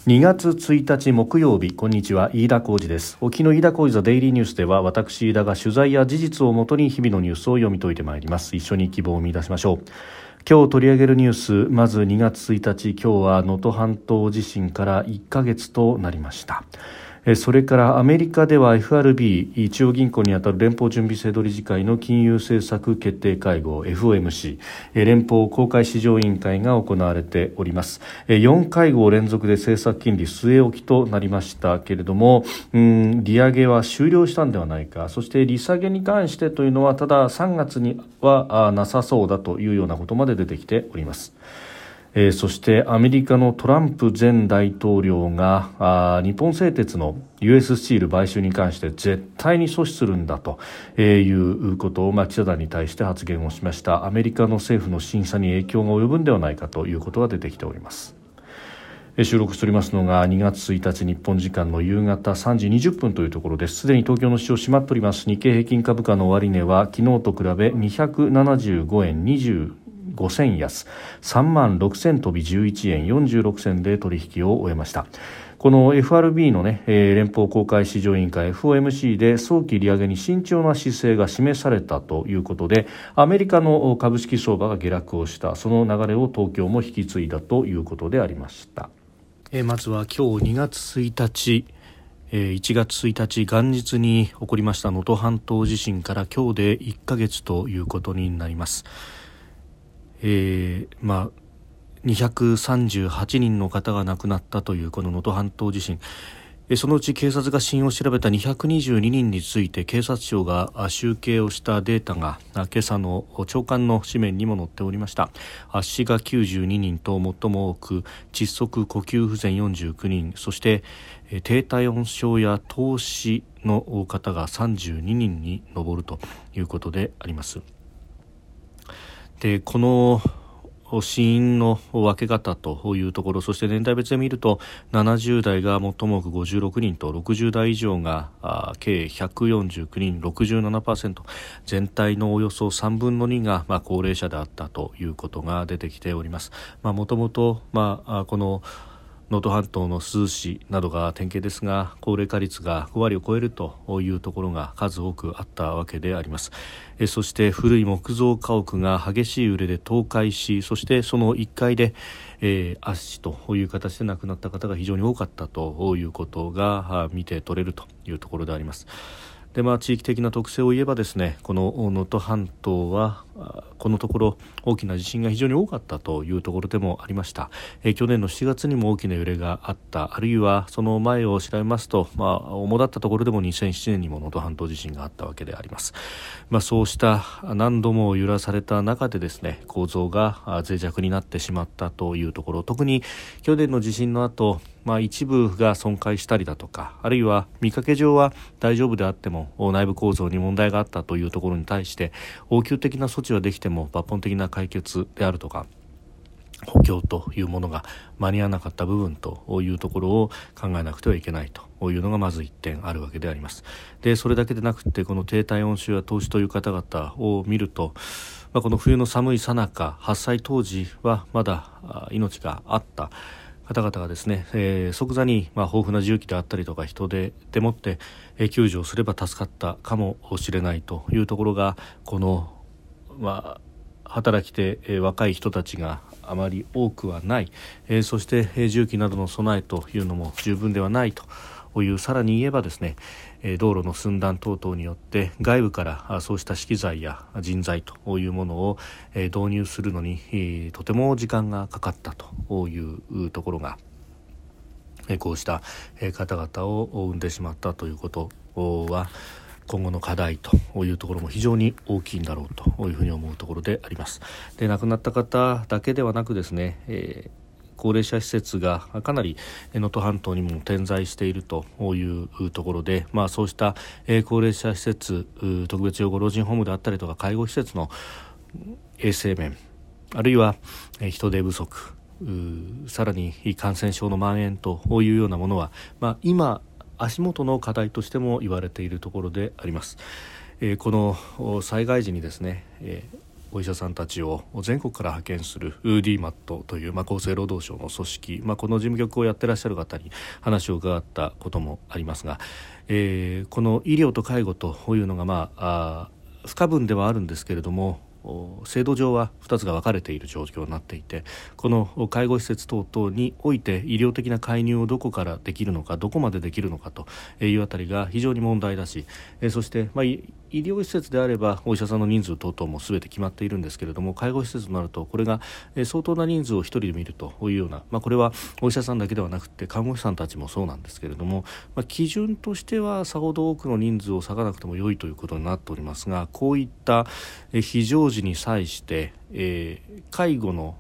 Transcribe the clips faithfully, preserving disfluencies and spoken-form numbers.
にがつついたち木曜日、こんにちは、飯田浩司です。沖の飯田浩司ザデイリーニュースでは、私飯田が取材や事実をもとに日々のニュースを読み解いてまいります。一緒に希望を見出しましょう。今日取り上げるニュース、まずにがつついたち、今日は能登半島地震からいっかげつとなりました。それからアメリカでは エフアールビー 中央銀行にあたる連邦準備制度理事会の金融政策決定会合 エフオーエムシー 連邦公開市場委員会が行われております。よんかいごう連続で政策金利据え置きとなりましたけれども、うん、利上げは終了したんではないか、そして利下げに関してというのはたださんがつにはなさそうだというようなことまで出てきております。えー、そしてアメリカのトランプ前大統領があ日本製鉄の ユーエス スチール買収に関して絶対に阻止するんだと、えー、いうことを、まあ、記者団に対して発言をしました。アメリカの政府の審査に影響が及ぶんではないかということが出てきております。収録しておりますのがにがつついたち日本時間の夕方さんじにじゅっぷんというところです。すでに東京の市場閉まっております。日経平均株価の終値は昨日と比べにひゃくななじゅうごえんにじゅうごせん安 さんまんろくせん飛びじゅういちえんよんじゅうろくせんで取引を終えました。この エフアールビー の、ね、連邦公開市場委員会 エフオーエムシー で早期利上げに慎重な姿勢が示されたということで、アメリカの株式相場が下落をした、その流れを東京も引き継いだということでありました。えまずは今日にがつついたち、いちがつついたち元日に起こりました能登半島地震から今日でいっかげつということになります。えーまあ、にひゃくさんじゅうはちにんの方が亡くなったというこの能登半島地震、そのうち警察が死因を調べたにひゃくにじゅうににんについて警察庁が集計をしたデータが今朝の朝刊の紙面にも載っておりました。圧死がきゅうじゅうににんと最も多く、窒息呼吸不全よんじゅうきゅうにん、そして低体温症や凍死の方がさんじゅうににんに上るということであります。でこの死因の分け方というところ、そして年代別で見るとななじゅうだいが最も多くごじゅうろくにんと、ろくじゅうだい以上が計ひゃくよんじゅうきゅうにん ろくじゅうななパーセント、 全体のおよそさんぶんのにが、まあ、高齢者であったということが出てきております。もともとこの能登半島の珠洲市などが典型ですが、高齢化率がごわりを超えるというところが数多くあったわけであります。えそして古い木造家屋が激しい揺れで倒壊し、そしてそのいっかいで、えー、圧死という形で亡くなった方が非常に多かったということが見て取れるというところであります。でまあ、地域的な特性を言えばですね、この能登半島はこのところ大きな地震が非常に多かったというところでもありました。えー、去年のしちがつにも大きな揺れがあった、あるいはその前を調べますと、まあ、主だったところでもにせんななねんにも能登半島地震があったわけであります。まあ、そうした何度も揺らされた中でですね、構造が脆弱になってしまったというところ、特に去年の地震の後、まあ、一部が損壊したりだとか、あるいは見かけ上は大丈夫であっても内部構造に問題があったというところに対して応急的な措置はできても抜本的な解決であるとか補強というものが間に合わなかった部分というところを考えなくてはいけないというのがまず一点あるわけであります。でそれだけでなくて、この低体温症や凍死という方々を見ると、まあ、この冬の寒い最中、発災当時はまだ命があった方々がですね、えー、即座に、まあ、豊富な重機であったりとか人手でもって、えー、救助をすれば助かったかもしれないというところが、この、まあ、働き手、えー、若い人たちがあまり多くはない、えー、そして、えー、重機などの備えというのも十分ではないという、さらに言えばですね、道路の寸断等々によって外部からそうした資機材や人材というものを導入するのにとても時間がかかったというところが、こうした方々を生んでしまったということは今後の課題というところも非常に大きいんだろうというふうに思うところであります。で亡くなった方だけではなくですね、えー高齢者施設がかなり能登半島にも点在しているというところで、まあ、そうした高齢者施設、特別養護老人ホームであったりとか介護施設の衛生面、あるいは人手不足、さらに感染症の蔓延というようなものは、まあ、今足元の課題としても言われているところであります。この災害時にですね、 お医者さんたちを全国から派遣する ディーマット という、まあ、厚生労働省の組織、まあ、この事務局をやってらっしゃる方に話を伺ったこともありますが、えー、この医療と介護というのが、まあ、あ不可分ではあるんですけれども、制度上はふたつが分かれている状況になっていて、この介護施設等々において医療的な介入をどこからできるのか、どこまでできるのかというあたりが非常に問題だし、そして、まあ、医療施設であればお医者さんの人数等々も全て決まっているんですけれども、介護施設となるとこれが相当な人数を一人で見るというような、まあ、これはお医者さんだけではなくて看護師さんたちもそうなんですけれども、まあ、基準としてはさほど多くの人数を割かなくても良いということになっておりますが、こういった非常時に際して、えー、介護の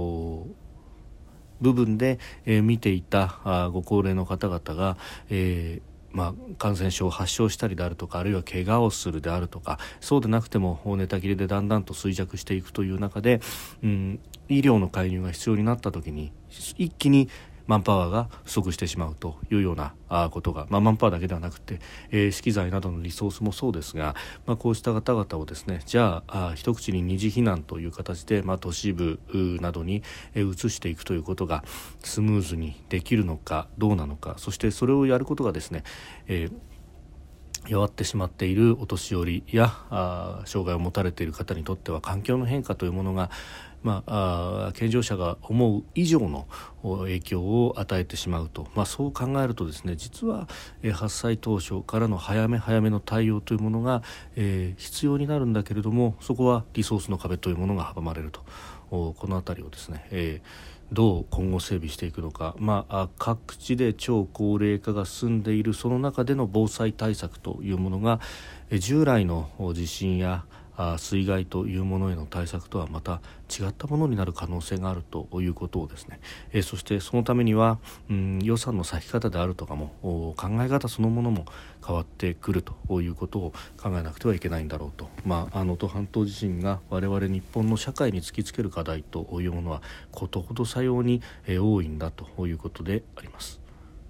部分で、えー、見ていたご高齢の方々が、えーまあ、感染症を発症したりであるとか、あるいは怪我をするであるとか、そうでなくても寝たきりでだんだんと衰弱していくという中で、うん、医療の介入が必要になった時に一気にマンパワーが不足してしまうというようなことが、まあ、マンパワーだけではなくて、えー、資機材などのリソースもそうですが、まあ、こうした方々をですね、じゃあ、あ一口に二次避難という形で、まあ、都市部などに移していくということがスムーズにできるのかどうなのか、そしてそれをやることがですね、えー弱ってしまっているお年寄りやあ障害を持たれている方にとっては環境の変化というものが、まあ、あ健常者が思う以上の影響を与えてしまうと、まあ、そう考えるとですね、実は発災当初からの早め早めの対応というものが、えー、必要になるんだけれども、そこはリソースの壁というものが阻まれると、このあたりをですね、えーどう今後整備していくのか、まあ、各地で超高齢化が進んでいるその中での防災対策というものが従来の地震や水害というものへの対策とはまた違ったものになる可能性があるということをですね、えそしてそのためには、うん、予算の割き方であるとかも考え方そのものも変わってくるということを考えなくてはいけないんだろうと、まあ、あの能登半島地震が我々日本の社会に突きつける課題というものはことほどさように多いんだということであります。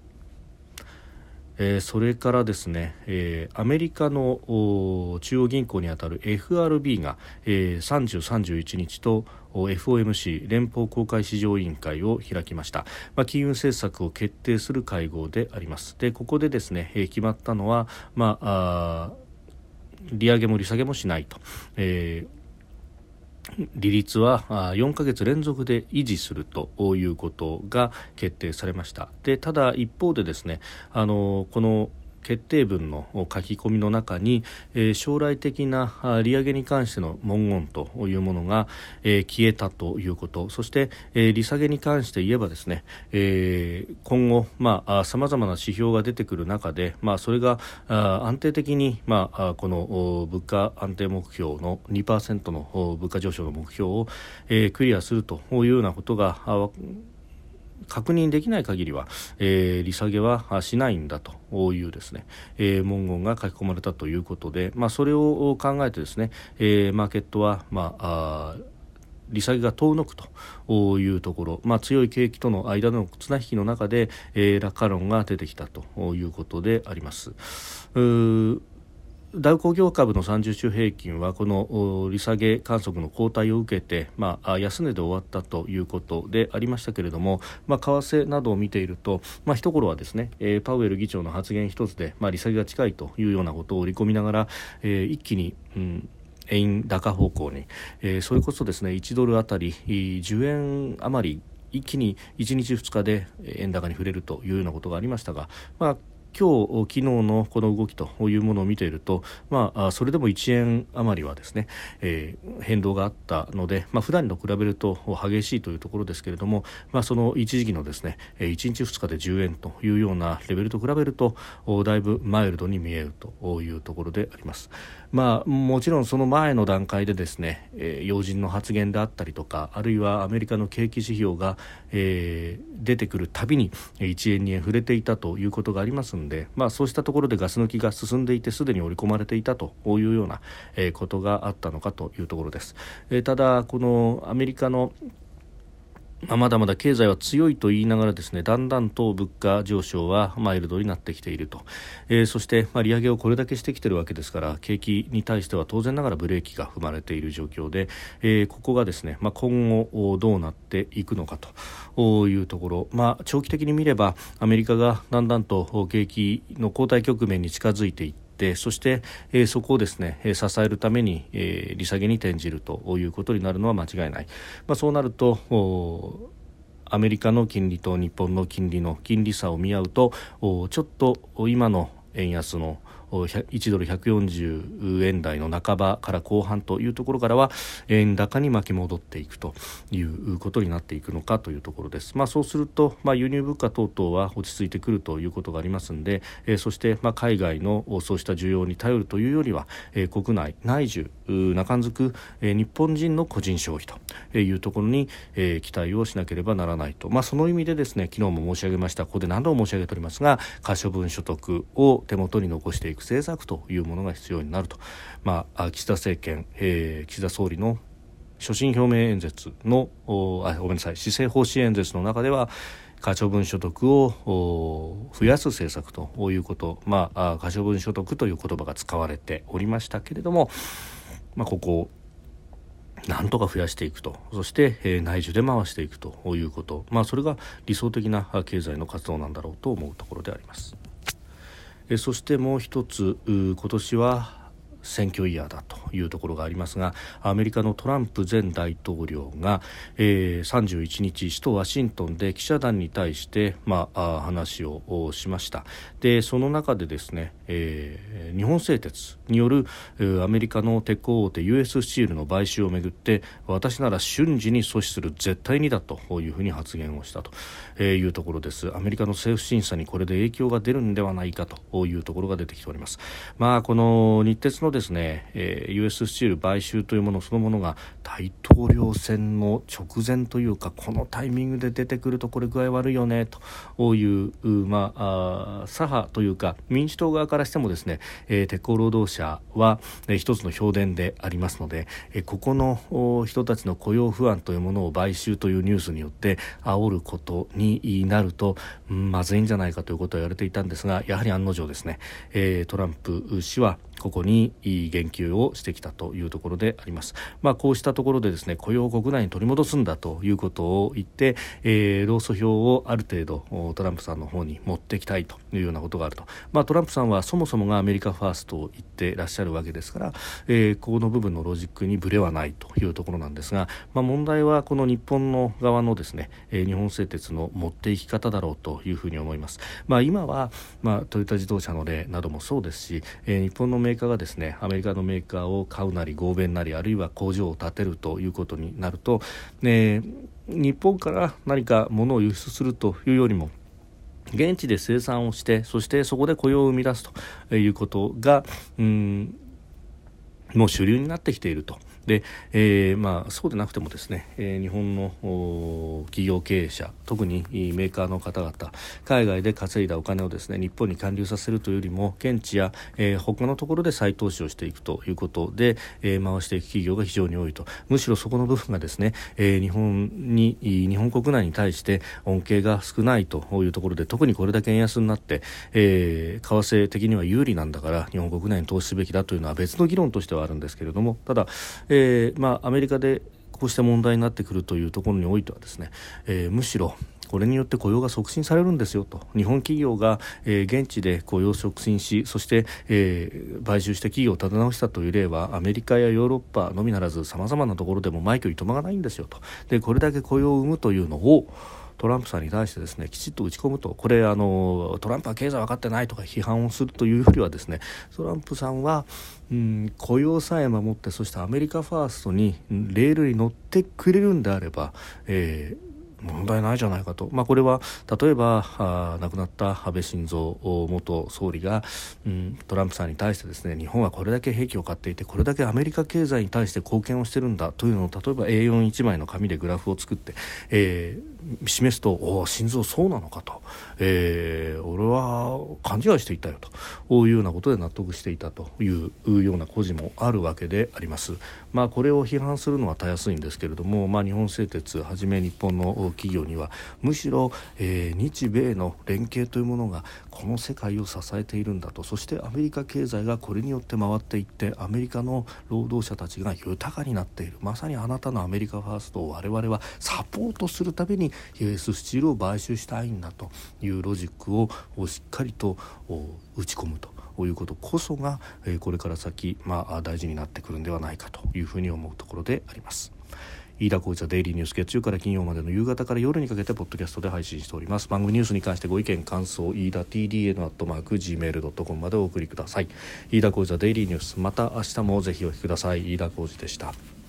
えー、それからですね、えー、アメリカの中央銀行にあたる エフアールビー が、えー、さんじゅう、さんじゅういちにちと エフオーエムシー 連邦公開市場委員会を開きました。まあ、金融政策を決定する会合であります。で、ここでですね、えー、決まったのは、まあ、あ利上げも利下げもしないと、えー利率はよんかげつ連続で維持するということが決定されました。で、ただ一方でですね、あのこの決定文の書き込みの中に、えー、将来的な利上げに関しての文言というものが、えー、消えたということ、そして、えー、利下げに関して言えばですね、えー、今後、まあ、様々な指標が出てくる中で、まあ、それがあ安定的に、まあ、この物価安定目標の にパーセント の物価上昇の目標を、えー、クリアするというようなことが確認できない限りは、えー、利下げはしないんだというですね、えー、文言が書き込まれたということで、まあ、それを考えてですね、えー、マーケットは、まあ、あ利下げが遠のくというところ、まあ、強い景気との間の綱引きの中で、えー、落下論が出てきたということであります。うダウ工業株のさんじゅうしゅう平均はこの利下げ観測の後退を受けて、まあ、安値で終わったということでありましたけれども、まあ、為替などを見ていると、まあ、一頃はですね、えー、パウエル議長の発言一つで、まあ、利下げが近いというようなことを織り込みながら、えー、一気に、うん円高方向に、えー、それこそですねいちドルあたりじゅうえん余り一気にいちにちふつかで円高に触れるというようなことがありましたが、まあ今日昨日のこの動きというものを見ていると、まあ、それでもいちえん余りはですね、えー、変動があったので、まあ、普段と比べると激しいというところですけれども、まあ、その一時期のですねいちにちふつかでじゅうえんというようなレベルと比べるとだいぶマイルドに見えるというところであります。まあ、もちろんその前の段階でですね、えー、要人の発言であったりとか、あるいはアメリカの景気指標が、えー、出てくるたびにいちえんにえん触れていたということがありますので、まあ、そうしたところでガス抜きが進んでいてすでに織り込まれていたというような、えー、ことがあったのかというところです。えー、ただこのアメリカのまあ、まだまだ経済は強いと言いながらですね、だんだんと物価上昇はマイルドになってきていると、えー、そして、まあ、利上げをこれだけしてきているわけですから、景気に対しては当然ながらブレーキが踏まれている状況で、えー、ここがですね、まあ、今後どうなっていくのかというところ、まあ、長期的に見ればアメリカがだんだんと景気の後退局面に近づいていって、そして、えー、そこをですね支えるために、えー、利下げに転じるということになるのは間違いない。まあ、そうなるとアメリカの金利と日本の金利の金利差を見合うと、ちょっと今の円安のいちドルひゃくよんじゅうえん台の半ばから後半というところからは円高に巻き戻っていくということになっていくのかというところです。まあ、そうすると、まあ、輸入物価等々は落ち着いてくるということがありますので、えー、そして、まあ、海外のそうした需要に頼るというよりは、えー、国内内需中んづく、えー、日本人の個人消費というところに、えー、期待をしなければならないと、まあ、その意味でですね、昨日も申し上げました、ここで何度も申し上げておりますが、可処分所得を手元に残していく政策というものが必要になると、まあ、岸田政権、えー、岸田総理の所信表明演説のあごめんなさい施政方針演説の中では可処分所得を増やす政策ということ、まあ、可処分所得という言葉が使われておりましたけれども、まあ、ここをなんとか増やしていくと、そして、えー、内需で回していくということ、まあ、それが理想的な経済の活動なんだろうと思うところであります。えそしてもう一つ、今年は選挙イヤーだというところがありますが、アメリカのトランプ前大統領が、えー、さんじゅういちにち首都ワシントンで記者団に対して、まあ、話をしました。でその中でですね、えー、日本製鉄による、えー、アメリカの鉄鋼大手 ユーエス スチールの買収をめぐって、私なら瞬時に阻止する、絶対にだというふうに発言をしたというところです。アメリカの政府審査にこれで影響が出るんではないかというところが出てきております。まあ、この日鉄のですね、えー、ユーエス スチール買収というものそのものが大統領選の直前というか、このタイミングで出てくるとこれ具合悪いよねという、まあ、あ左派というか民主党側からしてもですね、えー、鉄鋼労働者は、えー、一つの票田でありますので、えー、ここの人たちの雇用不安というものを買収というニュースによって煽ることになると、うん、まずいんじゃないかということを言われていたんですが、やはり案の定ですね、えー、トランプ氏はここに言及をしてきたというところであります。まあ、こうしたところでですね、雇用を国内に取り戻すんだということを言って、えー、労組票をある程度トランプさんの方に持ってきたいというようなことがあると。まあ、トランプさんはそもそもがアメリカファーストを言ってらっしゃるわけですから、えー、この部分のロジックにブレはないというところなんですが、まあ、問題はこの日本の側のですね、えー、日本製鉄の持っていき方だろうというふうに思います。まあ、今は、まあ、トヨタ自動車の例などもそうですし、えー、日本のメーカーがですね、アメリカのメーカーを買うなり合弁なり、あるいは工場を建てるということになると、ね、日本から何か物を輸出するというよりも現地で生産をして、そしてそこで雇用を生み出すということが、うん、もう主流になってきていると。で、えーまあ、そうでなくてもですね、えー、日本の企業経営者、特にメーカーの方々、海外で稼いだお金をですね、日本に還流させるというよりも現地や、えー、他のところで再投資をしていくということで、えー、回していく企業が非常に多いと。むしろそこの部分がですね、えー、日本に日本国内に対して恩恵が少ないというところで、特にこれだけ円安になって、えー、為替的には有利なんだから日本国内に投資すべきだというのは別の議論としてはあるんですけれども、ただえーまあ、アメリカでこうした問題になってくるというところにおいてはですね、えー、むしろこれによって雇用が促進されるんですよと。日本企業が、えー、現地で雇用を促進し、そして、えー、買収して企業を立て直したという例はアメリカやヨーロッパのみならず様々なところでも枚挙にとまがないんですよと。でこれだけ雇用を生むというのをトランプさんに対してですね、きちっと打ち込むと、これあのトランプは経済分かってないとか批判をするというよりはですね、トランプさんは、うん、雇用さえ守って、そしてアメリカファーストにレールに乗ってくれるんであれば、えー問題ないじゃないかと。まあ、これは例えばあ亡くなった安倍晋三元総理が、うん、トランプさんに対してですね、日本はこれだけ兵器を買っていてこれだけアメリカ経済に対して貢献をしてるんだというのを、例えば エーよんいち 枚の紙でグラフを作って、え示すと、お心臓そうなのかと、えー、俺は勘違いしていたよというようなことで納得していたというような故事もあるわけであります。まあ、これを批判するのはたやすいんですけれども、まあ、日本製鉄はじめ日本の企業にはむしろ、えー、日米の連携というものがこの世界を支えているんだと、そしてアメリカ経済がこれによって回っていってアメリカの労働者たちが豊かになっている、まさにあなたのアメリカファーストを我々はサポートするために ユーエス スチールを買収したいんだというロジックをしっかりと打ち込むということこそが、えー、これから先、まあ、大事になってくるんではないかというふうに思うところであります。飯田浩司はデイリーニュース、月曜から金曜までの夕方から夜にかけてポッドキャストで配信しております。番組ニュースに関してご意見感想、飯田 ティーディーエヌ アットマーク ジーメール ドットコム までお送りください。飯田浩司はデイリーニュース、また明日もぜひお聞きください。飯田浩司でした。